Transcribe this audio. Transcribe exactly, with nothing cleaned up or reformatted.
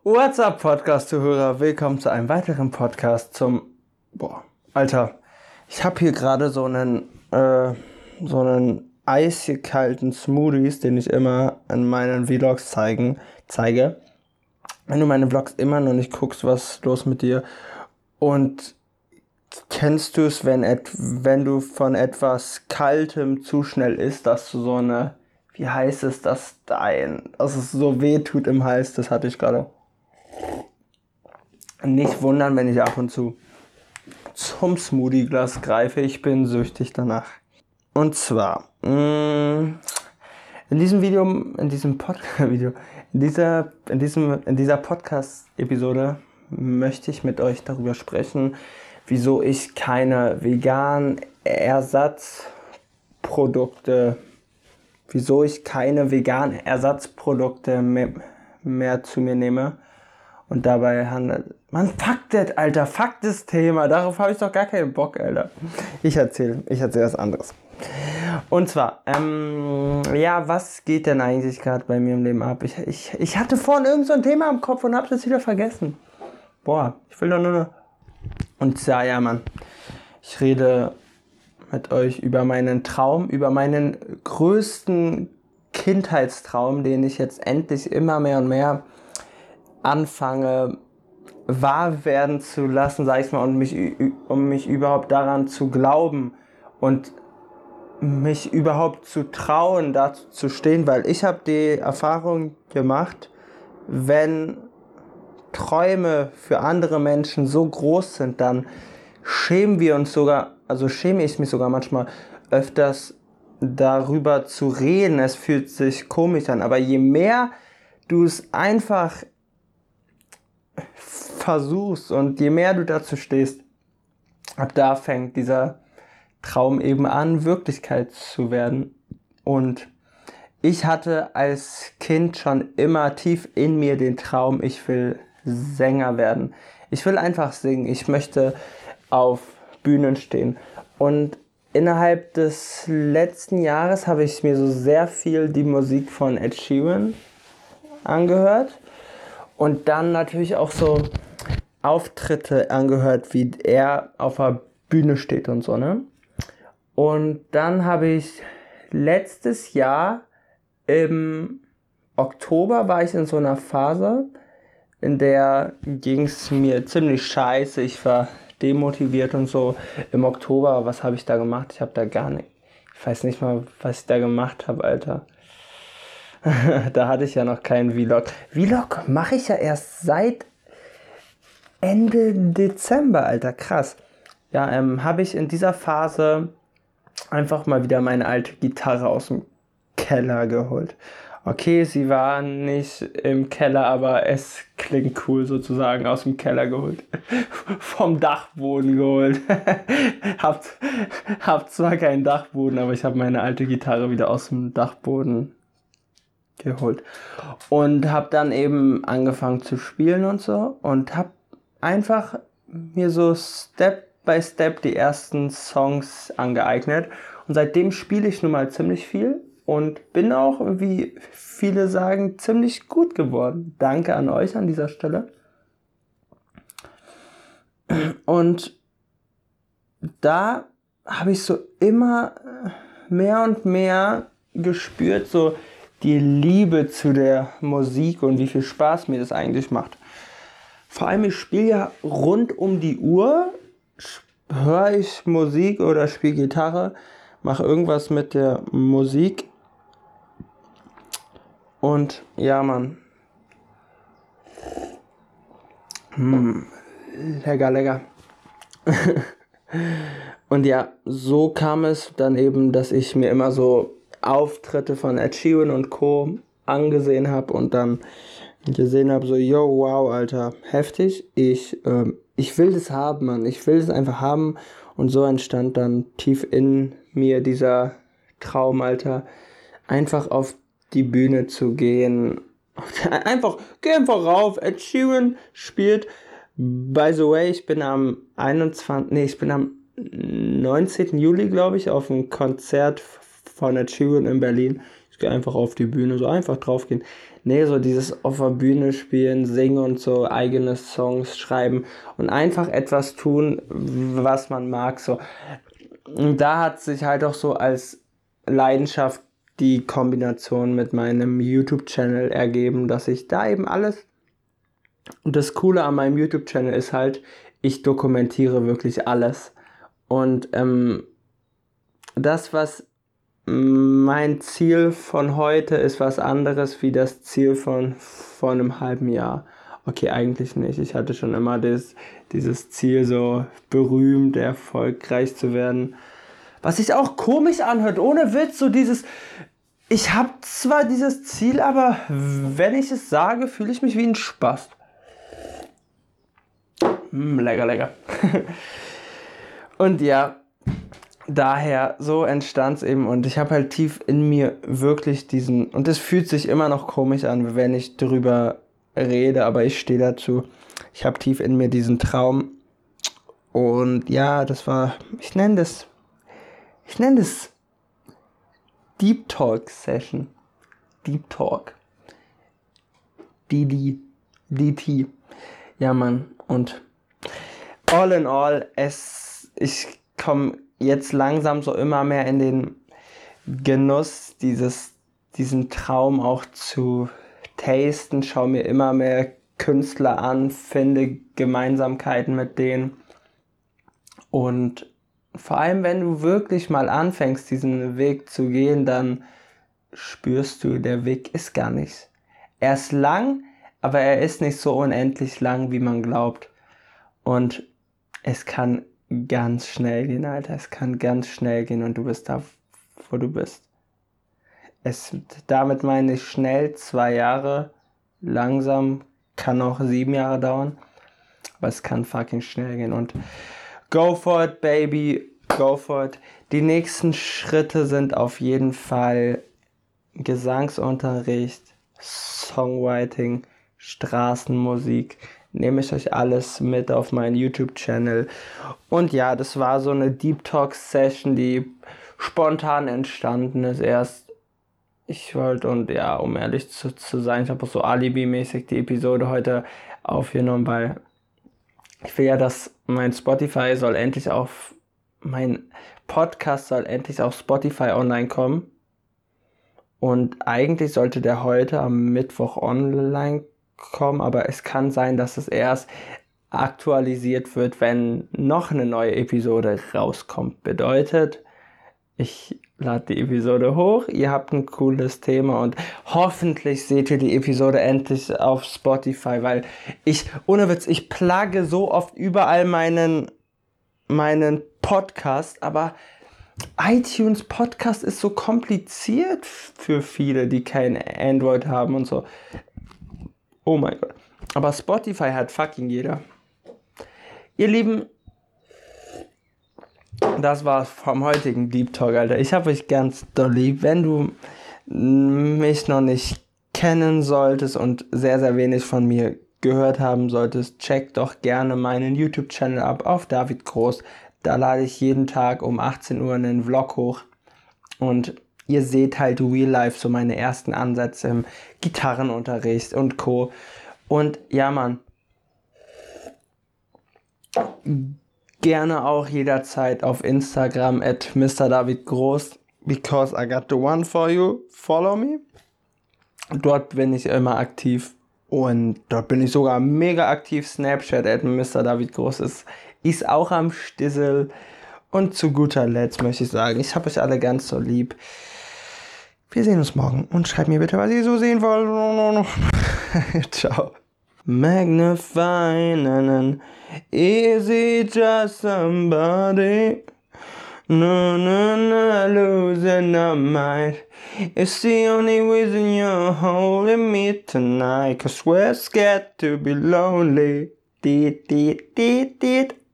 What's up, Podcast-Zuhörer? Willkommen zu einem weiteren Podcast zum... Boah, Alter, ich habe hier gerade so einen, äh, so einen eiskalten Smoothies, den ich immer in meinen Vlogs zeigen, zeige. Wenn du meine Vlogs immer noch nicht guckst, was ist los mit dir? Und kennst du es, wenn, et- wenn du von etwas Kaltem zu schnell isst, dass du so eine... Wie heißt es, dass dein... dass es so weh tut im Hals, das hatte ich gerade. Nicht wundern, wenn ich ab und zu zum Smoothie-Glas greife. Ich bin süchtig danach. Und zwar, mh, in diesem Video, in diesem Podcast-Video, in dieser, in diesem, in dieser Podcast-Episode möchte ich mit euch darüber sprechen, wieso ich keine veganen Ersatzprodukte, wieso ich keine veganen Ersatzprodukte mehr, mehr zu mir nehme. Und dabei handelt... Man, fuck das, Alter, fuck das Thema. Darauf habe ich doch gar keinen Bock, Alter. Ich erzähle, ich erzähle was anderes. Und zwar, ähm, ja, was geht denn eigentlich gerade bei mir im Leben ab? Ich, ich, ich hatte vorhin irgend so ein Thema im Kopf und habe das wieder vergessen. Boah, ich will doch nur noch... Und zwar, ja, Mann, ich rede mit euch über meinen Traum, über meinen größten Kindheitstraum, den ich jetzt endlich immer mehr und mehr anfange wahr werden zu lassen, sag ich mal, und mich, um mich überhaupt daran zu glauben und mich überhaupt zu trauen, dazu zu stehen, weil ich habe die Erfahrung gemacht, wenn Träume für andere Menschen so groß sind, dann schämen wir uns sogar, also schäme ich mich sogar manchmal öfters darüber zu reden. Es fühlt sich komisch an, aber je mehr du es einfach versuchst und je mehr du dazu stehst, ab da fängt dieser Traum eben an, Wirklichkeit zu werden. Und ich hatte als Kind schon immer tief in mir den Traum, ich will Sänger werden. Ich will einfach singen, ich möchte auf Bühnen stehen. Und innerhalb des letzten Jahres habe ich mir so sehr viel die Musik von Ed Sheeran angehört. Und dann natürlich auch so Auftritte angehört, wie er auf der Bühne steht und so, ne? Und dann habe ich letztes Jahr im Oktober war ich in so einer Phase, in der ging es mir ziemlich scheiße. Ich war demotiviert und so. Im Oktober, was habe ich da gemacht? Ich habe da gar nicht, ich weiß nicht mal, was ich da gemacht habe, Alter. Da hatte ich ja noch keinen Vlog. Vlog mache ich ja erst seit Ende Dezember, Alter, krass. Ja, ähm, habe ich in dieser Phase einfach mal wieder meine alte Gitarre aus dem Keller geholt. Okay, sie war nicht im Keller, aber es klingt cool sozusagen, aus dem Keller geholt. Vom Dachboden geholt. hab, hab zwar keinen Dachboden, aber ich habe meine alte Gitarre wieder aus dem Dachboden geholt. Und habe dann eben angefangen zu spielen und so und habe einfach mir so Step by Step die ersten Songs angeeignet. Und seitdem spiele ich nun mal ziemlich viel und bin auch, wie viele sagen, ziemlich gut geworden. Danke an euch an dieser Stelle. Und da habe ich so immer mehr und mehr gespürt, so die Liebe zu der Musik und wie viel Spaß mir das eigentlich macht. Vor allem, ich spiele ja rund um die Uhr, höre ich Musik oder spiele Gitarre, mache irgendwas mit der Musik. Und ja, Mann. Hm, lecker, lecker. Und ja, so kam es dann eben, dass ich mir immer so Auftritte von Ed Sheeran und Co. angesehen habe und dann gesehen habe, so, yo, wow, Alter, heftig, ich, ähm, ich will das haben, Mann, ich will das einfach haben. Und so entstand dann tief in mir dieser Traum, Alter, einfach auf die Bühne zu gehen. Einfach, geh einfach rauf, Ed Sheeran spielt. By the way, ich bin am einundzwanzigsten, nee, ich bin am neunzehnten Juli, glaube ich, auf ein Konzert von Ed Sheeran in Berlin. Ich gehe einfach auf die Bühne, so einfach drauf gehen. Nee, so dieses auf der Bühne spielen, singen und so, eigene Songs schreiben und einfach etwas tun, was man mag. So. Und da hat sich halt auch so als Leidenschaft die Kombination mit meinem YouTube-Channel ergeben, dass ich da eben alles... Und das Coole an meinem YouTube-Channel ist halt, ich dokumentiere wirklich alles. Und ähm, das, was mein Ziel von heute ist, was anderes wie das Ziel von vor einem halben Jahr. Okay, eigentlich nicht. Ich hatte schon immer das, dieses Ziel, so berühmt, erfolgreich zu werden. Was sich auch komisch anhört, ohne Witz, so dieses... Ich habe zwar dieses Ziel, aber wenn ich es sage, fühle ich mich wie ein Spast. Mm, lecker, lecker. Und ja, daher, so entstand es eben. Und ich habe halt tief in mir wirklich diesen... Und es fühlt sich immer noch komisch an, wenn ich drüber rede, aber ich stehe dazu. Ich habe tief in mir diesen Traum. Und ja, das war... Ich nenne das... Ich nenne das... Deep Talk Session. Deep Talk. D D. D T. Ja, Mann. Und all in all, es, ich komme jetzt langsam so immer mehr in den Genuss, dieses, diesen Traum auch zu tasten. Schaue mir immer mehr Künstler an, finde Gemeinsamkeiten mit denen. Und vor allem, wenn du wirklich mal anfängst, diesen Weg zu gehen, dann spürst du, der Weg ist gar nicht. Er ist lang, aber er ist nicht so unendlich lang, wie man glaubt. Und es kann ganz schnell gehen, Alter. Es kann ganz schnell gehen und du bist da, wo du bist. Es, damit meine ich schnell zwei Jahre, langsam kann auch sieben Jahre dauern. Aber es kann fucking schnell gehen und go for it, baby, go for it. Die nächsten Schritte sind auf jeden Fall Gesangsunterricht, Songwriting, Straßenmusik. Nehme ich euch alles mit auf meinen YouTube-Channel. Und ja, das war so eine Deep Talk-Session, die spontan entstanden ist. Erst, ich wollte, und ja, um ehrlich zu, zu sein, ich habe auch so Alibi-mäßig die Episode heute aufgenommen, weil ich will ja, dass mein Spotify soll endlich auf, mein Podcast soll endlich auf Spotify online kommen. Und eigentlich sollte der heute am Mittwoch online kommen, aber es kann sein, dass es erst aktualisiert wird, wenn noch eine neue Episode rauskommt. Bedeutet, ich lade die Episode hoch, ihr habt ein cooles Thema und hoffentlich seht ihr die Episode endlich auf Spotify, weil ich, ohne Witz, ich plugge so oft überall meinen, meinen Podcast, aber iTunes Podcast ist so kompliziert für viele, die kein Android haben und so. Oh mein Gott. Aber Spotify hat fucking jeder. Ihr Lieben, das war's vom heutigen Deep Talk, Alter. Ich hab euch ganz doll lieb. Wenn du mich noch nicht kennen solltest und sehr, sehr wenig von mir gehört haben solltest, check doch gerne meinen YouTube-Channel ab auf David Groß. Da lade ich jeden Tag um achtzehn Uhr einen Vlog hoch. Und ihr seht halt real life so meine ersten Ansätze im Gitarrenunterricht und Co. Und ja, Mann. Gerne auch jederzeit auf Instagram at Mister David Groß, because I got the one for you. Follow me. Dort bin ich immer aktiv. Und dort bin ich sogar mega aktiv. Snapchat at Mister David Groß ist, ist auch am Stissel. Und zu guter Letzt möchte ich sagen, ich habe euch alle ganz so lieb. Wir sehen uns morgen und schreibt mir bitte, was ihr so sehen wollt. Ciao. Magnify, na, na, is it just somebody? No, no, no, losing my mind. It's the only reason you're holding me tonight. Cause we're scared to be lonely. Deet, deet, deet, deet.